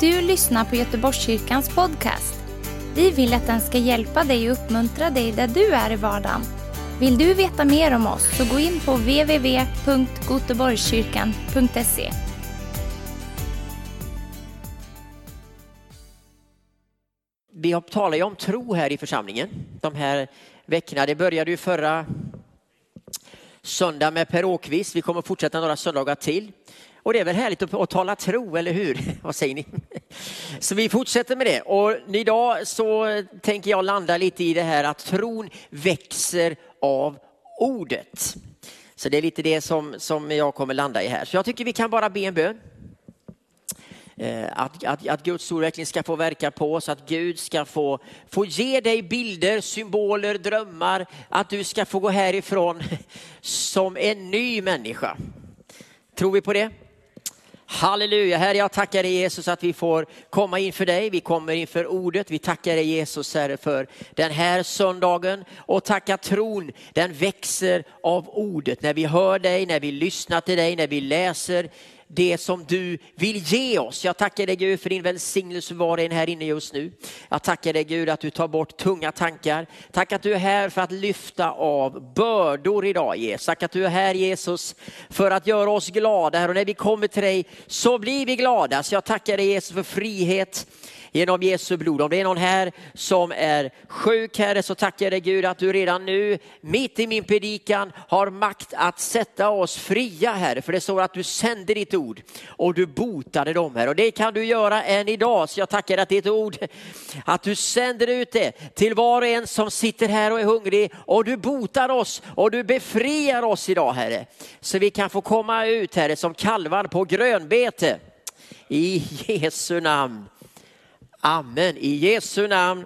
Du lyssnar på Göteborgskyrkans podcast. Vi vill att den ska hjälpa dig och uppmuntra dig där du är i vardagen. Vill du veta mer om oss så gå in på www.goteborgskyrkan.se. Vi talar ju om tro här i församlingen. De här veckorna, det började ju förra söndag med Per Åkvist. Vi kommer fortsätta några söndagar till. Och det är väl härligt att tala tro, eller hur? Vad säger ni? Så vi fortsätter med det. Och idag så tänker jag landa lite i det här att tron växer av ordet. Så det är lite det som jag kommer landa i här. Så jag tycker vi kan bara be en bön. Att Guds ord verkligen ska få verka på oss, att Gud ska få ge dig bilder, symboler, drömmar, att du ska få gå härifrån som en ny människa. Tror vi på det? Halleluja, Herre, jag tackar dig Jesus att vi får komma inför dig. Vi kommer inför ordet. Vi tackar dig Jesus, Herre, för den här söndagen. Och tackar tron, den växer av ordet. När vi hör dig, när vi lyssnar till dig, när vi läser det som du vill ge oss. Jag tackar dig Gud för din välsignelse var en här inne just nu. Jag tackar dig Gud att du tar bort tunga tankar. Tack att du är här för att lyfta av bördor idag Jesus. Tack att du är här Jesus för att göra oss glada. Och när vi kommer till dig så blir vi glada. Så jag tackar dig Jesus för frihet genom Jesu blod. Om det är någon här som är sjuk, Herre, så tackar jag dig Gud att du redan nu mitt i min predikan har makt att sätta oss fria, Herre. För det står att du sänder ditt ord och du botade dem, här. Och det kan du göra än idag. Så jag tackar att ditt ord, att du sänder ut det till var och en som sitter här och är hungrig. Och du botar oss och du befriar oss idag, Herre. Så vi kan få komma ut, Herre, som kalvar på grönbete. I Jesu namn. Amen. I Jesu namn.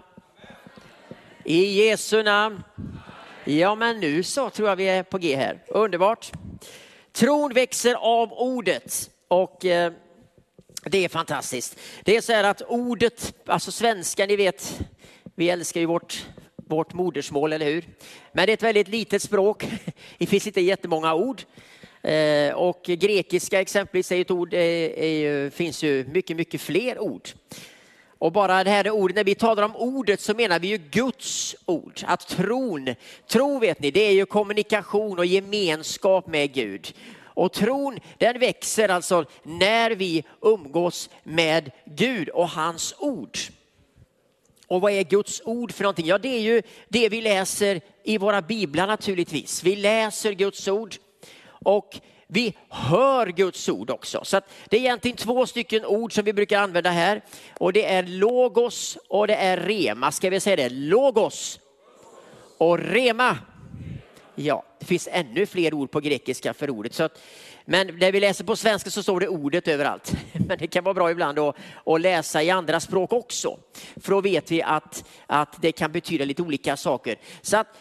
I Jesu namn. Ja, men nu så tror jag vi är på G här. Underbart. Tron växer av ordet. Och det är fantastiskt. Det är så här att ordet, alltså svenska, ni vet, vi älskar ju vårt modersmål, eller hur? Men det är ett väldigt litet språk. Det finns inte jättemånga ord. Och grekiska exempelvis är ett ord, finns ju mycket, mycket fler ord. Och bara det här ordet, när vi talar om ordet så menar vi ju Guds ord. Att tro vet ni, det är ju kommunikation och gemenskap med Gud. Och tron, den växer alltså när vi umgås med Gud och hans ord. Och vad är Guds ord för någonting? Ja, det är ju det vi läser i våra biblar naturligtvis. Vi läser Guds ord och vi hör Guds ord också. Så att det är egentligen 2 stycken ord som vi brukar använda här. Och det är logos och det är rema. Ska vi säga det? Logos och rema. Ja, det finns ännu fler ord på grekiska för ordet. Så att, men när vi läser på svenska så står det ordet överallt. Men det kan vara bra ibland att läsa i andra språk också. För då vet vi att det kan betyda lite olika saker. Så att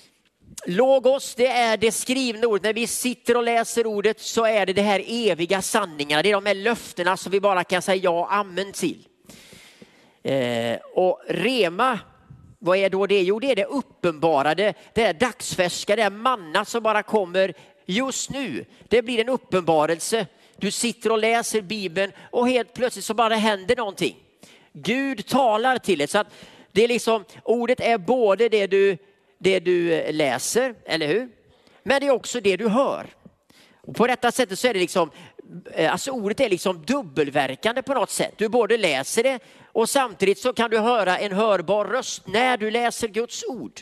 logos, det är det skrivna ordet. När vi sitter och läser ordet så är det här eviga sanningarna. Det är de här löftena som vi bara kan säga ja och amen till. Och rema, vad är då det? Jo, det är det uppenbarade, det är dagsfärska, det är manna som bara kommer just nu. Det blir en uppenbarelse. Du sitter och läser Bibeln och helt plötsligt så bara händer någonting. Gud talar till dig. Så att det är liksom, ordet är både det du läser, eller hur? Men det är också det du hör. Och på detta sättet så är det liksom, alltså ordet är liksom dubbelverkande på något sätt. Du både läser det och samtidigt så kan du höra en hörbar röst när du läser Guds ord.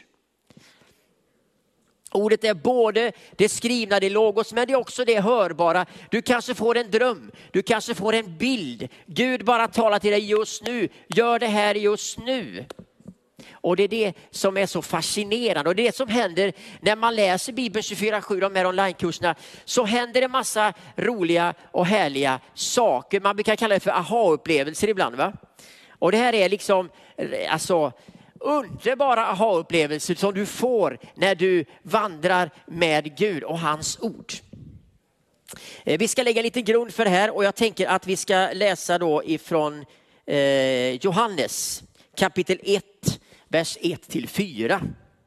Ordet är både det skrivna, det logos, men det är också det hörbara. Du kanske får en dröm, du kanske får en bild. Gud bara talar till dig just nu, gör det här just nu. Och det är det som är så fascinerande. Och det som händer när man läser Bibeln 24/7, de här onlinekurserna, så händer det massa roliga och härliga saker. Man brukar kalla det för aha-upplevelser ibland, va? Och det här är liksom, alltså, underbara aha-upplevelser som du får när du vandrar med Gud och hans ord. Vi ska lägga lite grund för det här och jag tänker att vi ska läsa då ifrån Johannes kapitel 1. Vers 1-4.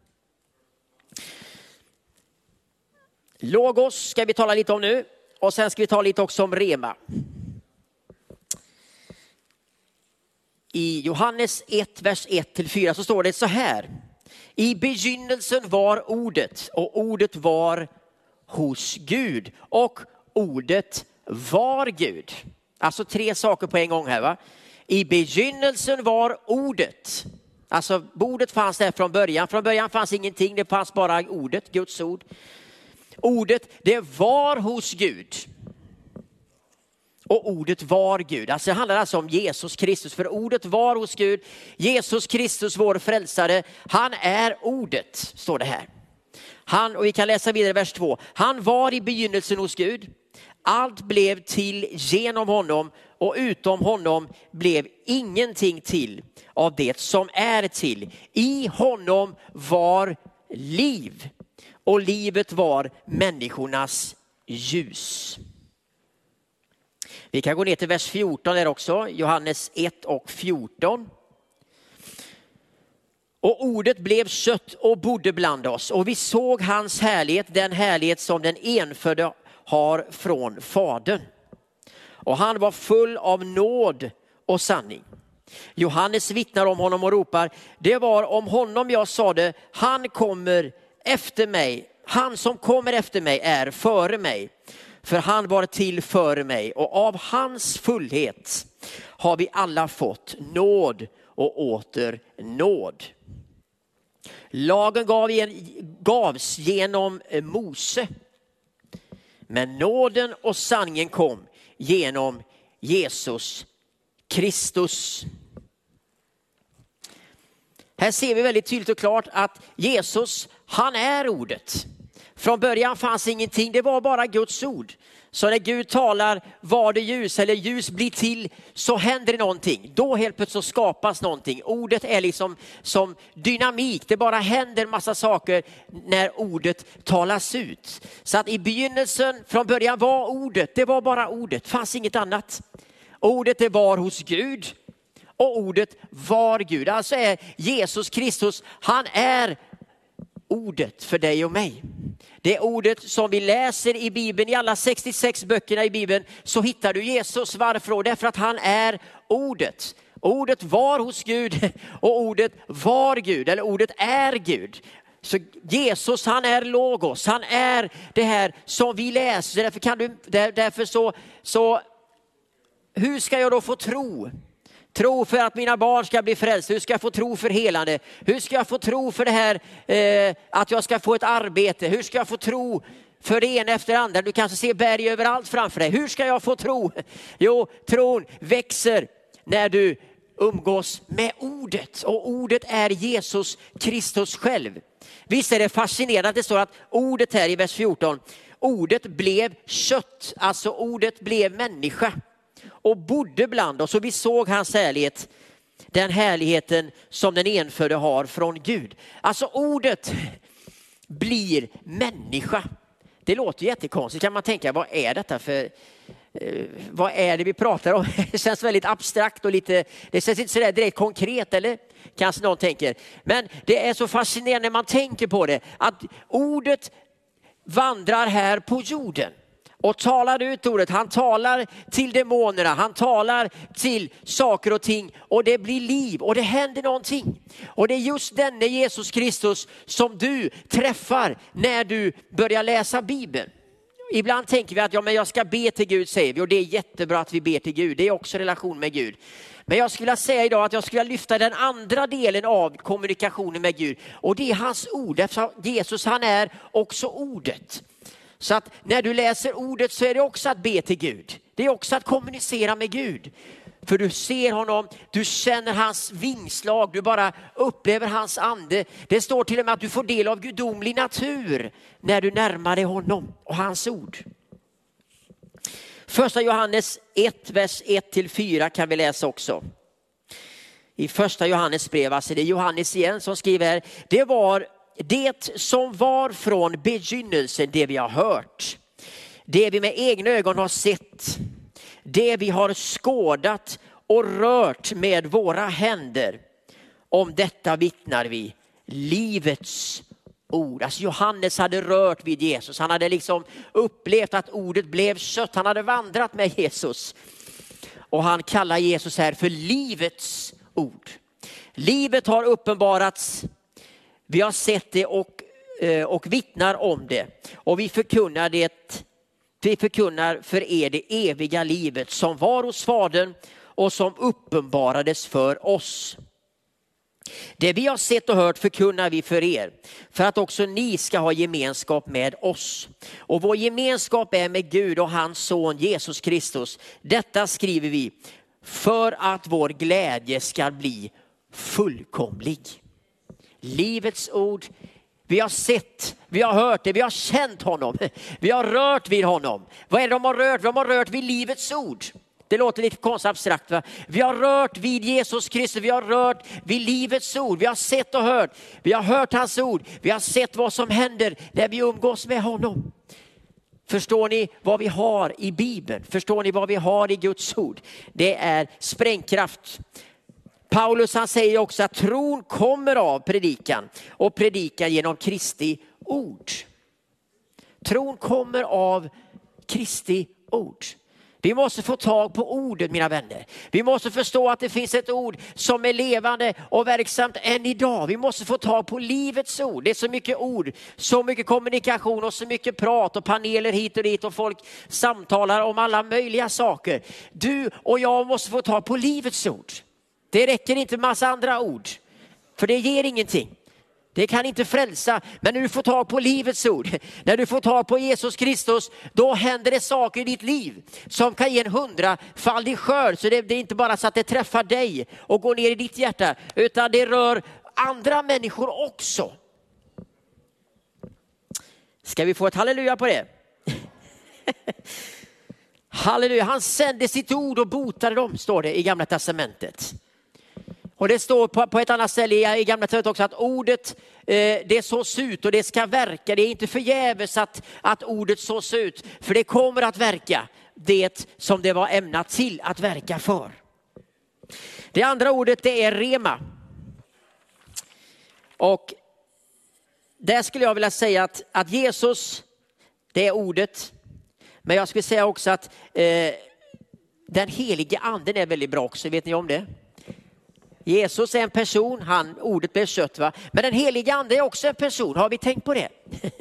Logos ska vi tala lite om nu. Och sen ska vi tala lite också om rema. i Johannes 1, vers 1-4 så står det så här. I begynnelsen var ordet och ordet var hos Gud och ordet var Gud. Alltså 3 saker på en gång här, va? I begynnelsen var ordet. Alltså ordet fanns där från början. Från början fanns ingenting, det fanns bara ordet, Guds ord. Ordet, det var hos Gud. Och ordet var Gud. Alltså det handlar alltså om Jesus Kristus. För ordet var hos Gud. Jesus Kristus, vår frälsare. Han är ordet, står det här. Och vi kan läsa vidare vers 2. Han var i begynnelsen hos Gud. Allt blev till genom honom. Och utom honom blev ingenting till av det som är till. I honom var liv. Och livet var människornas ljus. Vi kan gå ner till vers 14 där också. Johannes 1 och 14. Och ordet blev kött och bodde bland oss. Och vi såg hans härlighet, den härlighet som den enfödde har från Fadern. Och han var full av nåd och sanning. Johannes vittnar om honom och ropar, det var om honom jag sade, han kommer efter mig. Han som kommer efter mig är före mig. För han var till före mig och av hans fullhet har vi alla fått nåd och åter nåd. Lagen gavs genom Mose. Men nåden och sanningen kom genom Jesus Kristus. Här ser vi väldigt tydligt och klart att Jesus, han är ordet. Från början fanns ingenting, det var bara Guds ord. Så när Gud talar var det ljus eller ljus blir till så händer det någonting. Då helt plötsligt så skapas någonting. Ordet är liksom som dynamik. Det bara händer massa saker när ordet talas ut. Så att i begynnelsen från början var ordet. Det var bara ordet. Det fanns inget annat. Ordet det var hos Gud. Och ordet var Gud. Alltså är Jesus Kristus, han är ordet för dig och mig. Det ordet som vi läser i Bibeln, i alla 66 böckerna i Bibeln så hittar du Jesus. Varför? Därför att han är ordet. Ordet var hos Gud och ordet var Gud, eller ordet är Gud. Så Jesus, han är logos, han är det här som vi läser. Därför så hur ska jag då få tro? Tro för att mina barn ska bli frälsta. Hur ska jag få tro för helande? Hur ska jag få tro för det här att jag ska få ett arbete? Hur ska jag få tro för det ena efter det andra? Du kanske ser berg överallt framför dig. Hur ska jag få tro? Jo, tron växer när du umgås med ordet. Och ordet är Jesus Kristus själv. Visst är det fascinerande att det står att ordet här i vers 14. Ordet blev kött. Alltså ordet blev människa. Och bodde bland oss och vi såg hans härlighet. Den härligheten som den enfödde har från Gud. Alltså ordet blir människa. Det låter jättekonstigt. Kan man tänka, vad är detta för... vad är det vi pratar om? Det känns väldigt abstrakt och lite... Det känns inte sådär direkt konkret, eller? Kanske någon tänker. Men det är så fascinerande när man tänker på det. Att ordet vandrar här på jorden. Och talar ut ordet, han talar till demonerna, han talar till saker och ting och det blir liv och det händer någonting. Och det är just denne Jesus Kristus som du träffar när du börjar läsa Bibeln. Ibland tänker vi att men jag ska be till Gud, säger vi, och det är jättebra att vi ber till Gud, det är också relation med Gud. Men jag skulle säga idag att jag skulle lyfta den andra delen av kommunikationen med Gud och det är hans ord, eftersom Jesus han är också ordet. Så att när du läser ordet så är det också att be till Gud. Det är också att kommunicera med Gud. För du ser honom, du känner hans vingslag, du bara upplever hans ande. Det står till och med att du får del av gudomlig natur när du närmar dig honom och hans ord. Första Johannes 1, vers 1-4 kan vi läsa också. I första Johannes brev, alltså det är Johannes igen som skriver, det var det som var från begynnelsen, det vi har hört, det vi med egna ögon har sett, det vi har skådat och rört med våra händer. Om detta vittnar vi, livets ord. Alltså Johannes hade rört vid Jesus. Han hade liksom upplevt att ordet blev kött. Han hade vandrat med Jesus. Och han kallar Jesus här för livets ord. Livet har uppenbarats. Vi har sett det och vittnar om det. Och vi förkunnar det. Vi förkunnar för er det eviga livet som var hos Fadern och som uppenbarades för oss. Det vi har sett och hört förkunnar vi för er, för att också ni ska ha gemenskap med oss. Och vår gemenskap är med Gud och hans son Jesus Kristus. Detta skriver vi för att vår glädje ska bli fullkomlig. Livets ord. Vi har sett, vi har hört det, vi har känt honom. Vi har rört vid honom. Vad är det de har rört? De har rört vid livets ord. Det låter lite konstigt abstrakt, va? Vi har rört vid Jesus Kristus, vi har rört vid livets ord. Vi har sett och hört, vi har hört hans ord. Vi har sett vad som händer när vi umgås med honom. Förstår ni vad vi har i Bibeln? Förstår ni vad vi har i Guds ord? Det är sprängkraft. Paulus han säger också att tron kommer av predikan och predikan genom Kristi ord. Tron kommer av Kristi ord. Vi måste få tag på ordet, mina vänner. Vi måste förstå att det finns ett ord som är levande och verksamt än idag. Vi måste få tag på livets ord. Det är så mycket ord, så mycket kommunikation och så mycket prat och paneler hit och dit och folk samtalar om alla möjliga saker. Du och jag måste få tag på livets ord. Det räcker inte massa andra ord, för det ger ingenting. Det kan inte frälsa, men när du får tag på livets ord, när du får tag på Jesus Kristus, då händer det saker i ditt liv som kan ge en 100-faldig skörd. Så det är inte bara så att det träffar dig och går ner i ditt hjärta, utan det rör andra människor också. Ska vi få ett halleluja på det? Halleluja, han sände sitt ord och botade dem, står det i Gamla testamentet. Och det står på ett annat ställe i Gamla testamentet också att ordet det sås ut och det ska verka. Det är inte förgäves att ordet sås ut, för det kommer att verka det som det var ämnat till att verka för. Det andra ordet det är rema. Och där skulle jag vilja säga att Jesus, det är ordet. Men jag skulle säga också att den helige anden är väldigt bra också, vet ni om det? Jesus är en person, ordet blev kött, va? Men den helige ande är också en person, har vi tänkt på det?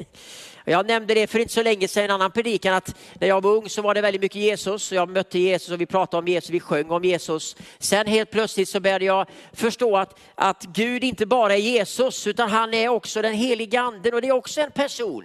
Jag nämnde det för inte så länge sedan i en annan predikan, att när jag var ung så var det väldigt mycket Jesus. Jag mötte Jesus och vi pratade om Jesus, vi sjöng om Jesus. Sen helt plötsligt så började jag förstå att Gud inte bara är Jesus, utan han är också den helige anden och det är också en person.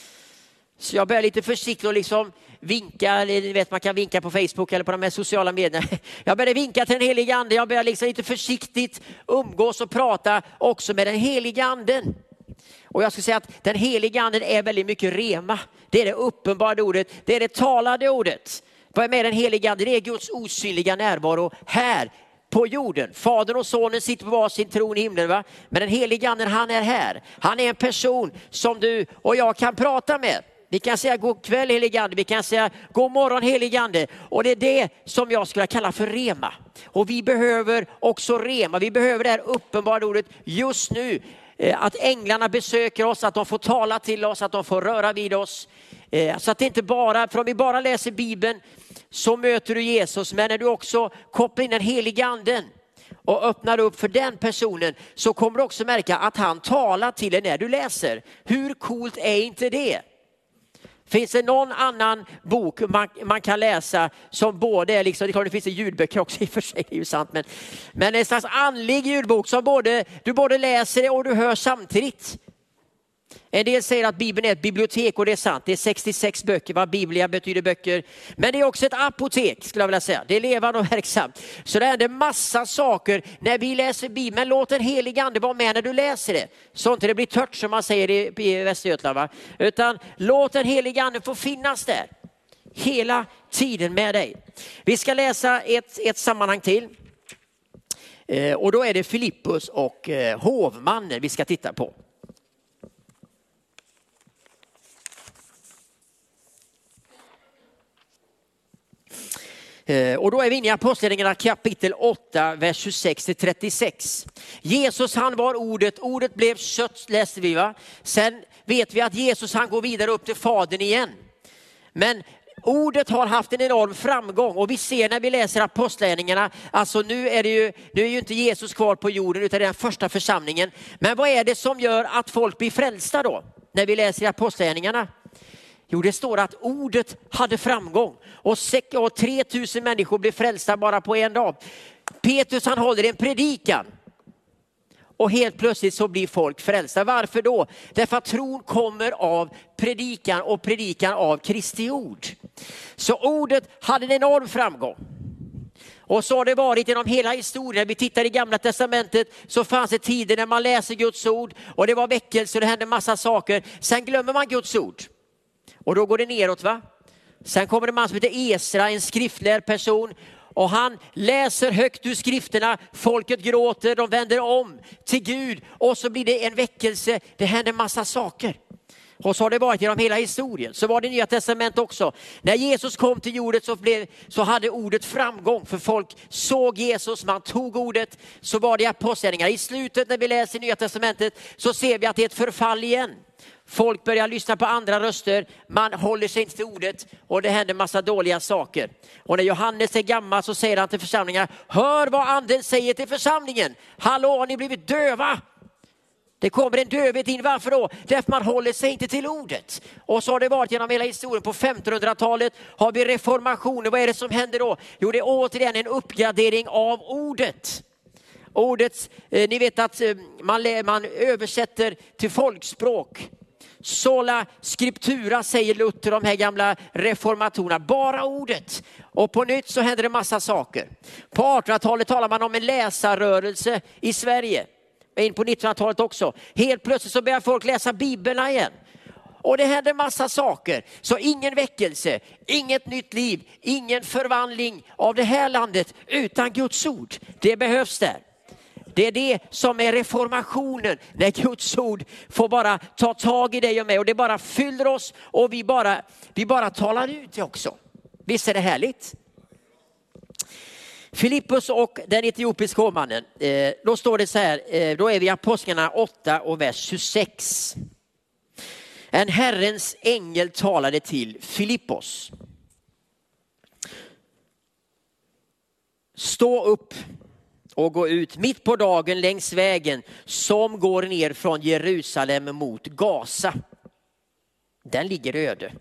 Så jag började lite försiktigt och liksom vinka, ni vet man kan vinka på Facebook eller på de här sociala medierna. Jag började vinka till den heliga anden, jag började liksom lite försiktigt umgås och prata också med den heliga anden. Och jag skulle säga att den heliga anden är väldigt mycket rema. Det är det uppenbara ordet, det är det talade ordet. Vad är med den heliga anden? Det är Guds osynliga närvaro här på jorden. Fadern och sonen sitter på var sin tron i himlen, va? Men den heliga anden, han är här. Han är en person som du och jag kan prata med. Vi kan säga god kväll helige ande, vi kan säga god morgon helige ande. Och det är det som jag skulle kalla för rema. Och vi behöver också rema, vi behöver det här uppenbara ordet just nu. Att änglarna besöker oss, att de får tala till oss, att de får röra vid oss. Så att det inte bara, för om vi bara läser Bibeln så möter du Jesus. Men när du också kopplar in den heliga anden och öppnar upp för den personen, så kommer du också märka att han talar till dig när du läser. Hur coolt är inte det? Finns det någon annan bok man kan läsa som både är liksom, det finns ljudböcker också i och för sig, det är ju sant, men en slags andlig ljudbok som du både läser det och du hör samtidigt. En del säger att Bibeln är ett bibliotek och det är sant. Det är 66 böcker, vad Biblia betyder böcker. Men det är också ett apotek skulle jag vilja säga. Det är levande och verksamt. Så det händer massa saker när vi läser Bibeln. Men låt en helig ande vara med när du läser det. Så inte det blir tört som man säger i Västergötland, va? Utan låt en helig ande få finnas där. Hela tiden med dig. Vi ska läsa ett sammanhang till. Och då är det Filippus och hovmannen vi ska titta på. Och då är vi inne i Apostlagärningarna kapitel 8, vers 26-36. Jesus han var ordet blev kött, läste vi, va? Sen vet vi att Jesus han går vidare upp till Fadern igen. Men Ordet har haft en enorm framgång och vi ser när vi läser apostlagärningarna, alltså nu är ju inte Jesus kvar på jorden utan det är den första församlingen. Men vad är det som gör att folk blir frälsta då när vi läser apostlagärningarna? Jo, det står att ordet hade framgång och 3000 människor blev frälsta bara på en dag. Petrus han håller en predikan. Och helt plötsligt så blir folk frälsta. Varför då? Därför att tron kommer av predikan och predikan av Kristi ord. Så ordet hade en enorm framgång. Och så har det varit genom hela historien. När vi tittar i Gamla testamentet så fanns det tider när man läser Guds ord. Och det var väckelse och det hände massa saker. Sen glömmer man Guds ord. Och då går det neråt, va? Sen kommer det en man som heter Esra, en skriftlärd person. Och han läser högt ur skrifterna, folket gråter, de vänder om till Gud. Och så blir det en väckelse, det händer massa saker. Och så har det varit genom hela historien. Så var det i Nya testament också. När Jesus kom till jorden så hade ordet framgång. För folk såg Jesus, man tog ordet. Så var det apostlagärningarna. I slutet när vi läser Nya testamentet så ser vi att det är ett förfall igen. Folk börjar lyssna på andra röster, man håller sig inte till ordet och det händer massa dåliga saker. Och när Johannes är gammal så säger han till församlingarna, hör vad anden säger till församlingen. Hallå, har ni blivit döva? Det kommer en dövhet in, varför då? Därför man håller sig inte till ordet. Och så har det varit genom hela historien. På 1500-talet har vi reformationer. Vad är det som händer då? Jo, det är återigen en uppgradering av ordet. Ordet, ni vet att man översätter till folkspråk. Sola scriptura säger Luther, de här gamla reformatorerna. Bara ordet. Och på nytt så händer det massa saker. På 1800-talet talar man om en läsarrörelse i Sverige. In på 1900-talet också. Helt plötsligt så börjar folk läsa Bibeln igen. Och det händer massa saker. Så ingen väckelse, inget nytt liv, ingen förvandling av det här landet utan Guds ord. Det behövs där. Det är det som är reformationen. När Guds ord får bara ta tag i dig och mig. Och det bara fyller oss och vi bara talar ut det också. Visst är det härligt? Filippus och den etiopiska hovmannen. Då står det så här. Då är vi i Apostlagärningarna 8 och vers 26. En Herrens ängel talade till Filippos. Stå upp och gå ut mitt på dagen längs vägen som går ner från Jerusalem mot Gaza. Den ligger öde.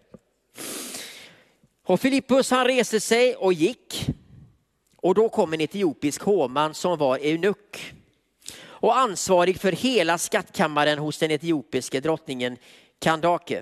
Och Filippus han reste sig och gick. Och då kom en etiopisk hovman som var eunuck och ansvarig för hela skattkammaren hos den etiopiske drottningen Kandake.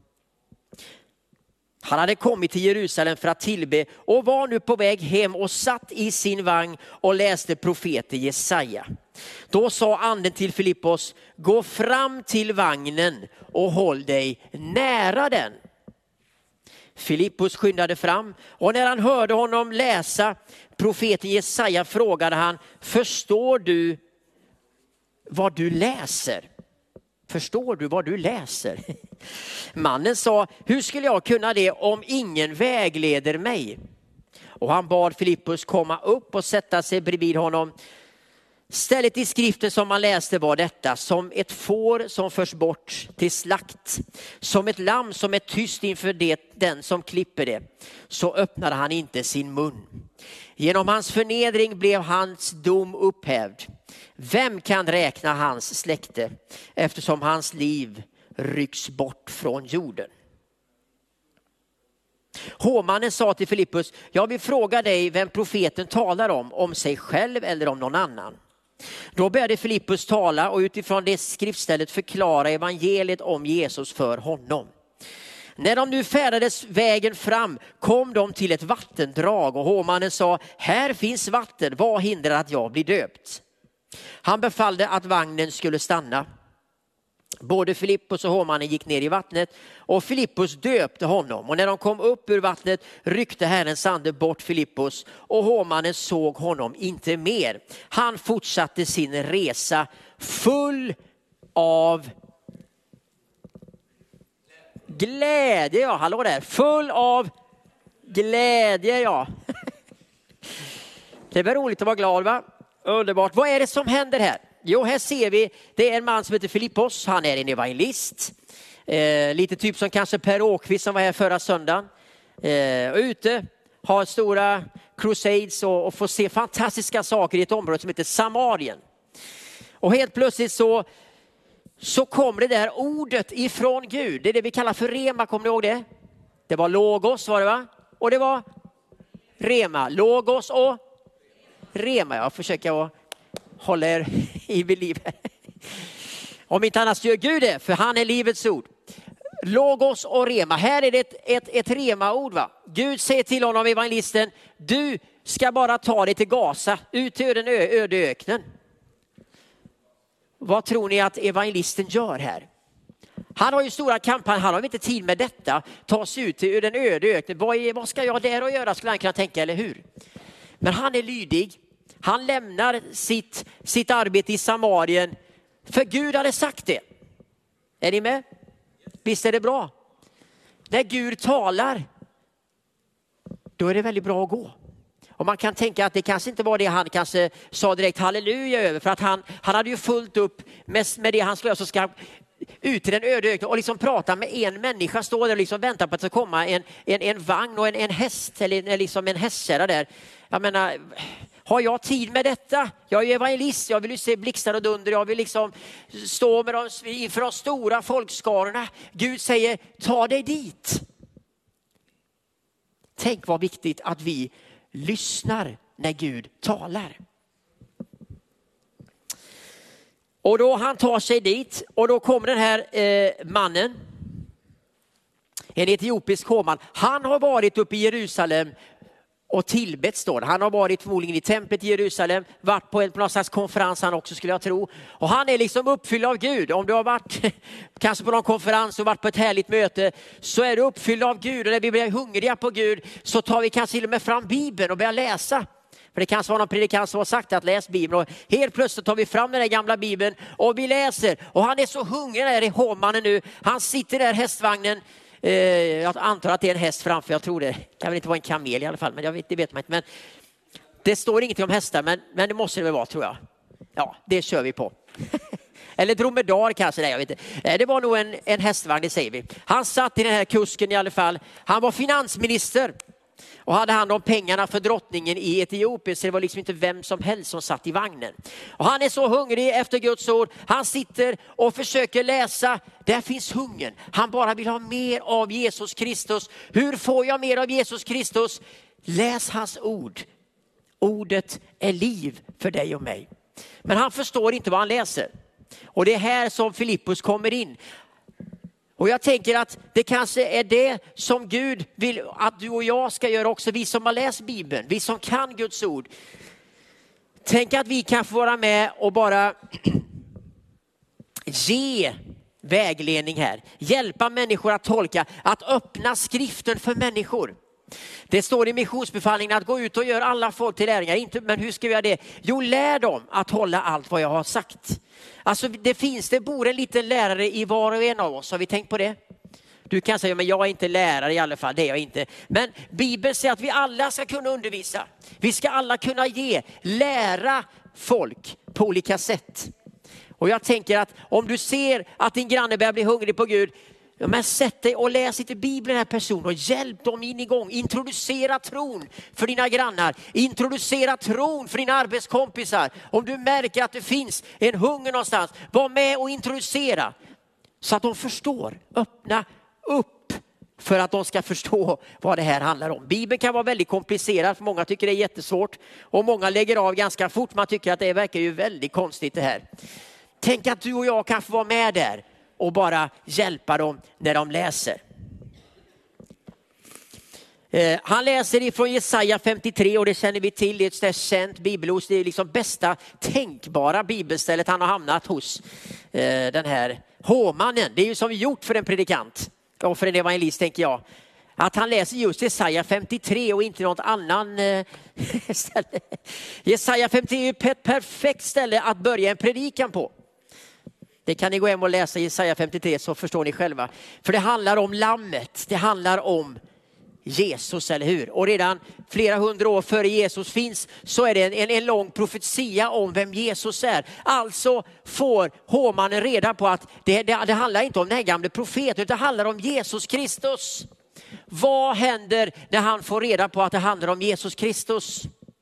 Han hade kommit till Jerusalem för att tillbe och var nu på väg hem och satt i sin vagn och läste profeten Jesaja. Då sa anden till Filippos, gå fram till vagnen och håll dig nära den. Filippus skyndade fram och när han hörde honom läsa profeten Jesaja frågade han, förstår du vad du läser? Förstår du vad du läser? Mannen sa, hur skulle jag kunna det om ingen vägleder mig? Och han bad Filippus komma upp och sätta sig bredvid honom. Stället i skriften som man läste var detta, som ett får som förs bort till slakt, som ett lamm som är tyst inför den som klipper det, så öppnade han inte sin mun. Genom hans förnedring blev hans dom upphävd. Vem kan räkna hans släkte eftersom hans liv rycks bort från jorden? Hovmannen sa till Filippus, jag vill fråga dig vem profeten talar om sig själv eller om någon annan. Då började Filippus tala och utifrån det skriftstället förklara evangeliet om Jesus för honom. När de nu färdades vägen fram kom de till ett vattendrag och hovmannen sa, här finns vatten, vad hindrar att jag blir döpt? Han befallde att vagnen skulle stanna. Både Filippus och hovmannen gick ner i vattnet och Filippus döpte honom. Och när de kom upp ur vattnet ryckte Herrens ande bort Filippus och hovmannen såg honom inte mer. Han fortsatte sin resa full av glädje. Ja, hallå där. Full av glädje, ja. Det är roligt att vara glad, va? Underbart. Vad är det som händer här? Jo, här ser vi, det är en man som heter Filippos. Han är en evangelist. Lite typ som kanske Per Åkvist som var här förra söndagen. Och ute har stora crusades och får se fantastiska saker i ett område som heter Samarien. Och helt plötsligt så kommer det där ordet ifrån Gud. Det är det vi kallar för rema, kommer ni ihåg det? Det var logos, var det va? Och det var rema. Logos och rema. Jag försöker att hålla er i liv. Om inte annars gör Gud det, för han är livets ord. Logos och rema. Här är det ett rema-ord va? Gud säger till honom, evangelisten, du ska bara ta dig till Gaza, ut till den öde öknen. Vad tror ni att evangelisten gör här? Han har ju stora kampanjer, han har inte tid med detta. Ta sig ut till den öde öknen. Vad ska jag där och göra, skulle han kunna tänka, eller hur? Men han är lydig. Han lämnar sitt arbete i Samarien. För Gud hade sagt det. Är ni med? Visst är det bra? När Gud talar, då är det väldigt bra att gå. Och man kan tänka att det kanske inte var det han kanske sa direkt halleluja över. För att han hade ju fullt upp med det han skulle göra, så ska ut till den öde öknen och liksom prata med en människa, stå där och liksom vänta på att det ska komma en vagn och en häst eller liksom en hästkärra där. Jag menar, har jag tid med detta? Jag är ju evangelist, jag vill ju se blixtar och dunder, jag vill liksom stå med dem inför de stora folkskarorna. Gud säger, ta dig dit. Tänk vad viktigt att vi lyssnar när Gud talar. Och då han tar sig dit och då kommer den här mannen, en etiopisk hovman. Han har varit uppe i Jerusalem och tillbett, står det. Han har varit förmodligen i templet i Jerusalem, varit på någon slags konferens han också, skulle jag tro. Och han är liksom uppfylld av Gud. Om du har varit kanske på någon konferens och varit på ett härligt möte, så är du uppfylld av Gud. Och när vi blir hungriga på Gud så tar vi kanske till och med fram Bibeln och börjar läsa. För det kanske var någon predikant som har sagt att läs Bibeln. Och helt plötsligt tar vi fram den där gamla Bibeln och vi läser. Och han är så hungrig där i hovmannen nu. Han sitter där i hästvagnen. Jag antar att det är en häst framför, jag tror det. Det kan väl inte vara en kamel i alla fall, men det vet man inte. Men det står ingenting om hästar, men det måste det väl vara, tror jag. Ja, det kör vi på. Eller dromedar kanske, nej, jag vet inte. Det var nog en hästvagn, det säger vi. Han satt i den här kusken i alla fall. Han var finansminister och hade hand om pengarna för drottningen i Etiopien, så det var liksom inte vem som helst som satt i vagnen. Och han är så hungrig efter Guds ord. Han sitter och försöker läsa. Där finns hungern. Han bara vill ha mer av Jesus Kristus. Hur får jag mer av Jesus Kristus? Läs hans ord. Ordet är liv för dig och mig. Men han förstår inte vad han läser. Och det är här som Filippus kommer in. Och jag tänker att det kanske är det som Gud vill att du och jag ska göra också. Vi som har läst Bibeln, vi som kan Guds ord. Tänk att vi kan få vara med och bara ge vägledning här. Hjälpa människor att tolka, att öppna skriften för människor. Det står i missionsbefallningen att gå ut och göra alla folk till lärjungar. Men hur ska vi göra det? Jo, lär dem att hålla allt vad jag har sagt. Alltså det bor en liten lärare i var och en av oss. Har vi tänkt på det? Du kan säga, men jag är inte lärare i alla fall. Det är jag inte. Men Bibeln säger att vi alla ska kunna undervisa. Vi ska alla kunna lära folk på olika sätt. Och jag tänker att om du ser att din granne börjar bli hungrig på Gud, men sätt dig och läs lite Bibeln här person och hjälp dem in igång. Introducera tron för dina grannar. Introducera tron för dina arbetskompisar. Om du märker att det finns en hunger någonstans, var med och introducera. Så att de förstår. Öppna upp för att de ska förstå vad det här handlar om. Bibeln kan vara väldigt komplicerad. För många tycker det är jättesvårt. Och många lägger av ganska fort. Man tycker att det verkar ju väldigt konstigt det här. Tänk att du och jag kan få vara med där. Och bara hjälpa dem när de läser. Han läser ifrån Jesaja 53 och det känner vi till. Det är ett känt bibelord. Det är liksom bästa tänkbara bibelstället han har hamnat hos den här hovmannen. Det är ju som gjort för en predikant och för en evangelist, tänker jag. Att han läser just Jesaja 53 och inte något annan ställe. Jesaja 53 är ett perfekt ställe att börja en predikan på. Det kan ni gå hem och läsa i Jesaja 53 så förstår ni själva. För det handlar om lammet. Det handlar om Jesus, eller hur? Och redan flera hundra år före Jesus finns så är det en lång profetia om vem Jesus är. Alltså får hovmannen reda på att det handlar inte om den här gamla profeten utan det handlar om Jesus Kristus. Vad händer när han får reda på att det handlar om Jesus Kristus?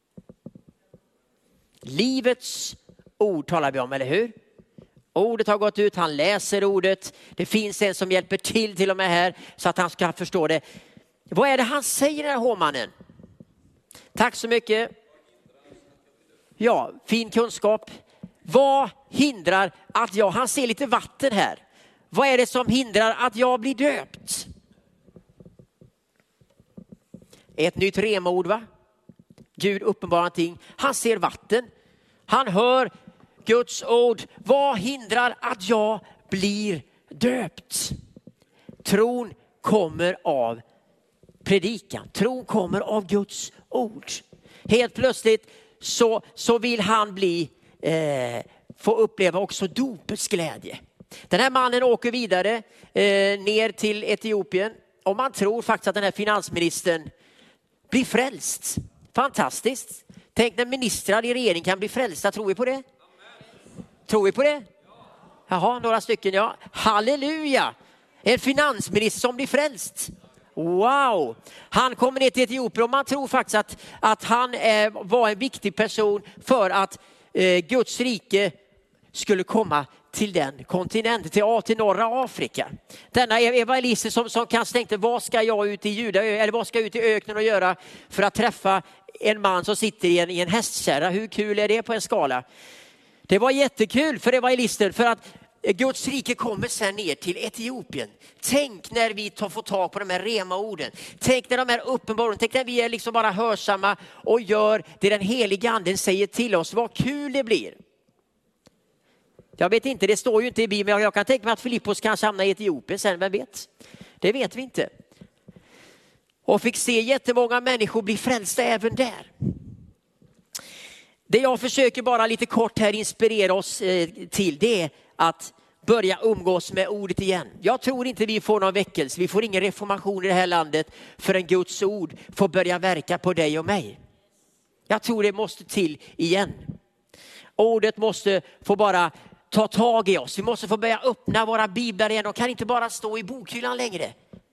Livets ord talar vi om, eller hur? Ordet har gått ut, han läser ordet. Det finns en som hjälper till och med här så att han ska förstå det. Vad är det han säger, den här hovmannen? Tack så mycket. Ja, fin kunskap. Vad hindrar att han ser lite vatten här. Vad är det som hindrar att jag blir döpt? Ett nytt remord, va? Gud uppenbarar någonting. Han ser vatten. Han hör Guds ord. Vad hindrar att jag blir döpt? Tron kommer av predikan. Tron kommer av Guds ord. Helt plötsligt så vill han få uppleva också dopets glädje. Den här mannen åker vidare ner till Etiopien. Och man tror faktiskt att den här finansministern blir frälst. Fantastiskt. Tänk när ministrar i regeringen kan bli frälsta. Tror vi på det? Tror vi på det? Jaha, några stycken, ja. Halleluja! En finansminister som blir frälst. Wow! Han kommer ner till Etiopien och man tror faktiskt att han var en viktig person för att Guds rike skulle komma till den kontinenten, till norra Afrika. Denna evangelist som kanske tänkte, vad ska jag ut i eller vad ska jag ut i öknen och göra för att träffa en man som sitter i en hästkärra? Hur kul är det på en skala? Det var jättekul för evangelisten, för att Guds rike kommer sen ner till Etiopien. Tänk när vi får tag på de här rema orden. Tänk när de är uppenbara. Tänk när vi är liksom bara hörsamma och gör det den heliga anden säger till oss. Vad kul det blir. Jag vet inte, det står ju inte i Bibeln. Men jag kan tänka mig att Filippos kanske hamnar i Etiopien sen, vem vet? Det vet vi inte. Och fick se jättemånga människor bli frälsta även där. Det jag försöker bara lite kort här inspirera oss till, det är att börja umgås med ordet igen. Jag tror inte vi får någon väckelse, vi får ingen reformation i det här landet förrän Guds ord får börja verka på dig och mig. Jag tror det måste till igen. Ordet måste få bara ta tag i oss. Vi måste få börja öppna våra biblar igen. De kan inte bara stå i bokhyllan längre.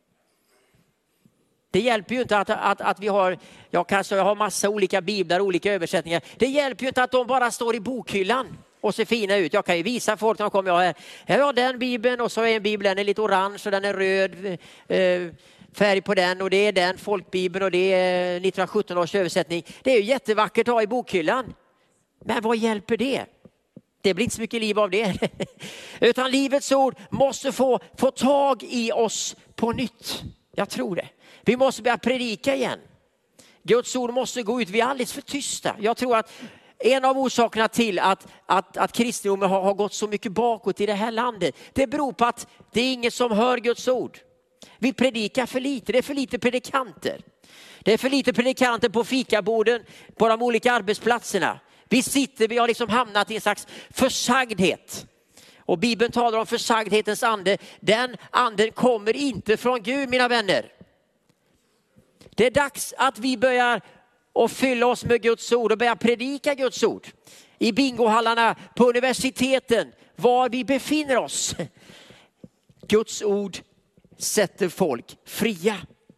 Det hjälper ju inte att vi har, jag har massa olika biblar, olika översättningar. Det hjälper ju inte att de bara står i bokhyllan och ser fina ut. Jag kan ju visa folk när de kommer, här har den bibeln och så är en bibel, den är lite orange och den är röd färg på den och det är den folkbibeln och det är 1917 års översättning. Det är ju jättevackert att ha i bokhyllan. Men vad hjälper det? Det blir inte så mycket liv av det. Utan livets ord måste få tag i oss på nytt. Jag tror det. Vi måste börja predika igen. Guds ord måste gå ut. Vi är alldeles för tysta. Jag tror att en av orsakerna till att kristendomen har gått så mycket bakåt i det här landet, det beror på att det är ingen som hör Guds ord. Vi predikar för lite. Det är för lite predikanter. Det är för lite predikanter på fikaborden, på de olika arbetsplatserna. Vi har liksom hamnat i en slags försagdhet. Och Bibeln talar om försagdhetens ande. Den anden kommer inte från Gud, mina vänner. Det är dags att vi börjar och fylla oss med Guds ord och börja predika Guds ord. I bingohallarna, på universiteten, var vi befinner oss. Guds ord sätter folk fria.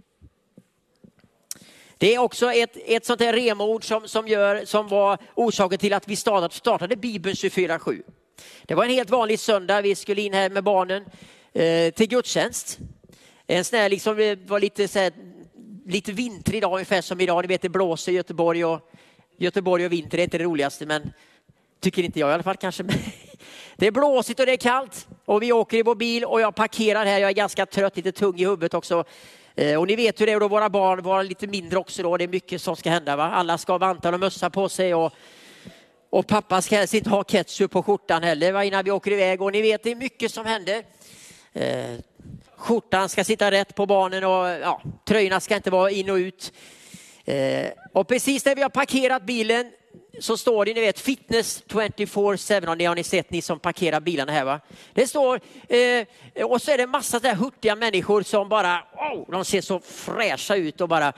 Det är också ett sånt här remord som var orsaken till att vi startade Bibeln 24/7. Det var en helt vanlig söndag. Vi skulle in här med barnen till gudstjänst. En sån här liksom, det var lite vintrig dag ungefär som idag. Ni vet, det blåser i Göteborg och vinter är inte det roligaste, men tycker inte jag i alla fall kanske. Det är blåsigt och det är kallt och vi åker i vår bil och jag parkerar här. Jag är ganska trött, lite tung i huvudet också. Och ni vet hur det är då, våra barn var lite mindre också då. Det är mycket som ska hända, va? Alla ska ha vantar och mössa på sig och pappa ska helst inte ha ketchup på skjortan heller, va? Innan vi åker iväg. Och ni vet, det är mycket som händer. Skjortan ska sitta rätt på barnen och tröjorna ska inte vara in och ut. Och precis när vi har parkerat bilen så står det, ni vet, fitness 24/7. Och det har ni sett, ni som parkerar bilarna här, va? Det står, och så är det en massa där hurtiga människor som bara, de ser så fräscha ut och bara...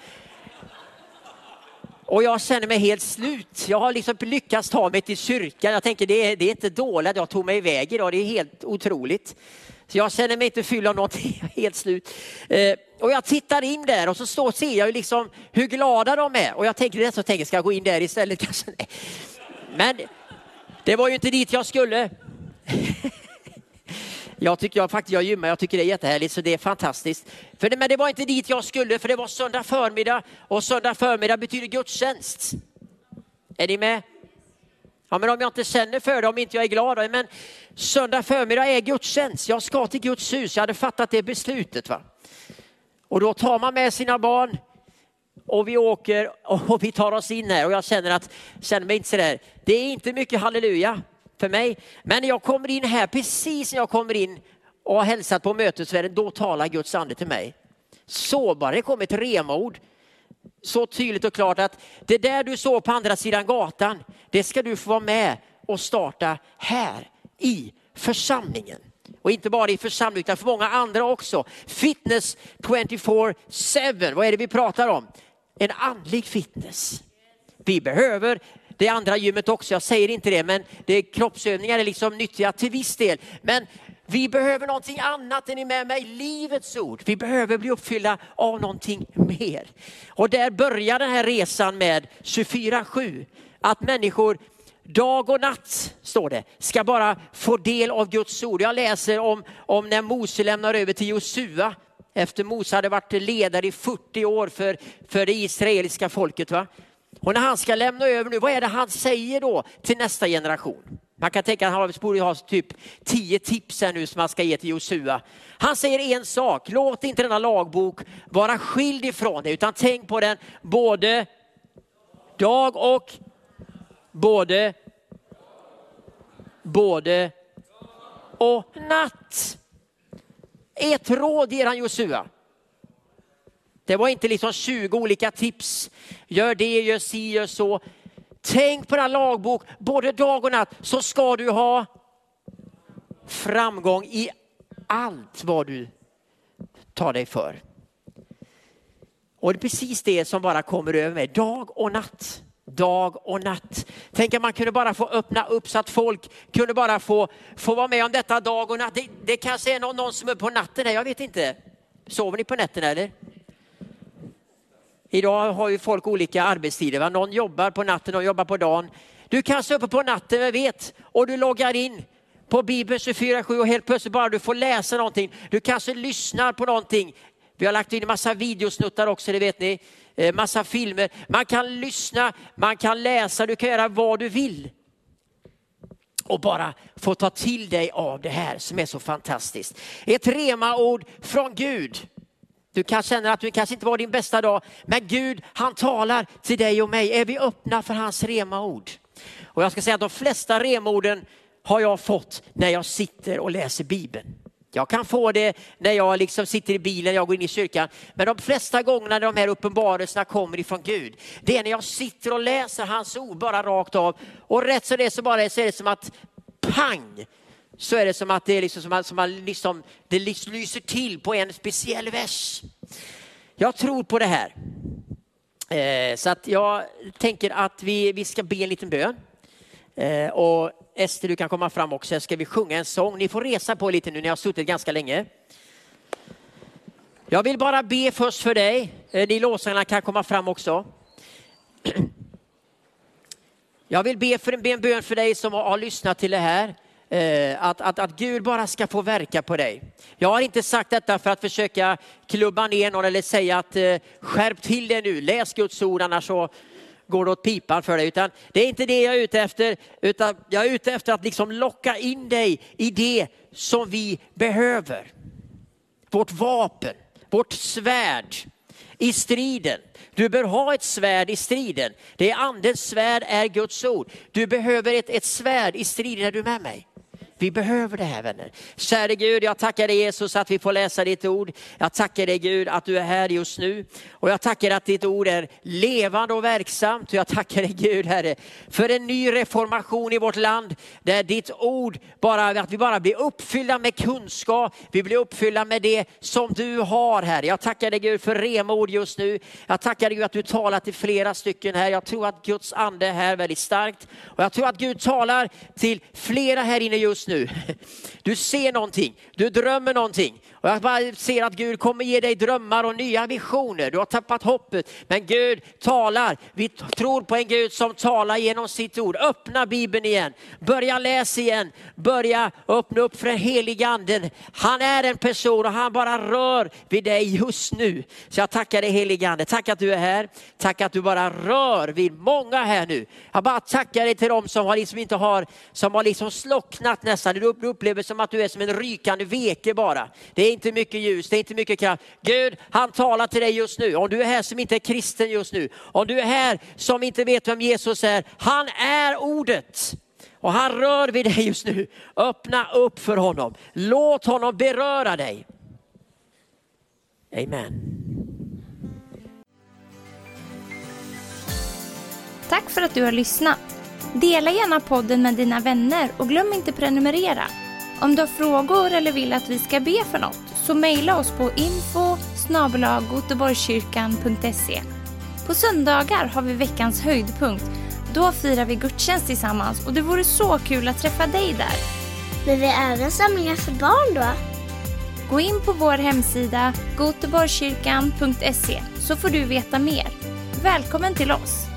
Och jag känner mig helt slut. Jag har liksom lyckats ta mig till kyrkan. Jag tänker, det är inte dåligt att jag tog mig iväg idag. Det är helt otroligt. Så jag känner mig inte fylld av någonting, helt slut. Och jag tittar in där och så ser jag ju liksom hur glada de är. Och jag tänker, ska jag gå in där istället kanske? Nej. Men det var ju inte dit jag skulle. Jag gymmar, jag tycker det är jättehärligt, så det är fantastiskt. Men det var inte dit jag skulle, för det var söndag förmiddag. Och söndag förmiddag betyder gudstjänst. Är ni med? Ja, men om jag inte känner för det, om inte jag är glad. Men söndag förmiddag är gudstjänst. Jag ska till Guds hus, jag hade fattat det beslutet, va. Och då tar man med sina barn. Och vi åker och vi tar oss in här. Och jag känner mig inte sådär. Det är inte mycket halleluja för mig. Men när jag kommer in här, precis när jag kommer in och har hälsat på mötesvärden, då talar Guds ande till mig. Så bara, det kommer ett remaord. Så tydligt och klart att det där du såg på andra sidan gatan, det ska du få vara med och starta här i församlingen. Och inte bara i församlingen utan för många andra också. Fitness 24/7. Vad är det vi pratar om? En andlig fitness. Vi behöver det andra gymmet också. Jag säger inte det, men det är kroppsövningar är liksom nyttiga till viss del. Men vi behöver någonting annat, är ni med mig? Livets ord. Vi behöver bli uppfyllda av någonting mer. Och där börjar den här resan med 24/7. Att människor dag och natt, står det, ska bara få del av Guds ord. Jag läser om när Mose lämnar över till Josua. Efter Mose hade varit ledare i 40 år för det israeliska folket, va? Och när han ska lämna över nu, vad är det han säger då till nästa generation? Man kan tänka att han borde ha typ 10 tips här nu som han ska ge till Josua. Han säger en sak: låt inte denna lagbok vara skild ifrån dig, utan tänk på den både dag och både och natt. Ett råd ger han Josua. Det var inte liksom 20 olika tips. Gör det, gör si, gör så. Tänk på den här lagbok både dag och natt, så ska du ha framgång i allt vad du tar dig för. Och det är precis det som bara kommer över mig. Dag och natt. Dag och natt. Tänk att man kunde bara få öppna upp så att folk kunde bara få vara med om detta dag och natt. Det kanske är någon som är på natten här, jag vet inte. Sover ni på nätterna eller? Idag har ju folk olika arbetstider, va? Någon jobbar på natten och jobbar på dagen. Du kanske är uppe på natten, jag vet. Och du loggar in på Bibeln 24/7 och helt plötsligt bara du får läsa någonting. Du kanske lyssnar på någonting. Vi har lagt in en massa videosnuttar också, det vet ni. Massa filmer. Man kan lyssna, man kan läsa, du kan göra vad du vill. Och bara få ta till dig av det här som är så fantastiskt. Ett rema-ord från Gud. Du kan känna att du kanske inte var din bästa dag. Men Gud, han talar till dig och mig. Är vi öppna för hans rema-ord? Och jag ska säga att de flesta rema-orden har jag fått när jag sitter och läser Bibeln. Jag kan få det när jag liksom sitter i bilen, jag går in i kyrkan. Men de flesta gångerna de här uppenbarelserna kommer ifrån Gud, det är när jag sitter och läser hans ord bara rakt av. Och rätt så det så är det som att pang! Så är det som att det är liksom det lyser till på en speciell vers. Jag tror på det här. Så att jag tänker att vi ska be en liten bön. Och Ester, du kan komma fram också. Ska vi sjunga en sång? Ni får resa på lite nu, ni har suttit ganska länge. Jag vill bara be först för dig. Ni låsarna kan komma fram också. Jag vill be en bön för dig som har lyssnat till det här. Att Gud bara ska få verka på dig. Jag har inte sagt detta för att försöka klubba ner någon eller säga att skärp till det nu. Läs Guds ord, annars så går det åt pipan för dig. Utan det är inte det jag är ute efter. Utan jag är ute efter att liksom locka in dig i det som vi behöver. Vårt vapen, vårt svärd i striden. Du bör ha ett svärd i striden. Det är andens svärd, är Guds ord. Du behöver ett svärd i striden. Är du med mig? Vi behöver det här, vänner. Kära Gud, jag tackar dig Jesus att vi får läsa ditt ord. Jag tackar dig Gud att du är här just nu. Och jag tackar att ditt ord är levande och verksamt. Och jag tackar dig Gud, Herre, för en ny reformation i vårt land. Där ditt ord, att vi bara blir uppfyllda med kunskap. Vi blir uppfyllda med det som du har, Herre. Jag tackar dig Gud för remord just nu. Jag tackar dig Gud att du talar till flera stycken här. Jag tror att Guds ande är här väldigt starkt. Och jag tror att Gud talar till flera här inne just just nu. Du ser någonting, du drömmer någonting. Och jag bara ser att Gud kommer ge dig drömmar och nya visioner. Du har tappat hoppet, men Gud talar. Vi tror på en Gud som talar genom sitt ord. Öppna Bibeln igen, börja läsa igen. Börja öppna upp för den heliga anden. Han är en person och han bara rör vid dig just nu. Så jag tackar dig heliga ande. Tack att du är här. Tack att du bara rör vid många här nu. Jag bara tackar dig till dem som har liksom inte har, som har liksom slocknat nästan. Du upplever som att du är som en rykande veke bara. Det är inte mycket ljus, det är inte mycket kraft. Gud, han talar till dig just nu. Om du är här som inte är kristen just nu. Om du är här som inte vet vem Jesus är. Han är ordet. Och han rör vid dig just nu. Öppna upp för honom. Låt honom beröra dig. Amen. Tack för att du har lyssnat. Dela gärna podden med dina vänner och glöm inte prenumerera. Om du har frågor eller vill att vi ska be för något så mejla oss på info@goteborgskyrkan.se. På söndagar har vi veckans höjdpunkt. Då firar vi gudstjänst tillsammans och det vore så kul att träffa dig där. Men vi har även samlingar för barn då? Gå in på vår hemsida goteborgskyrkan.se så får du veta mer. Välkommen till oss!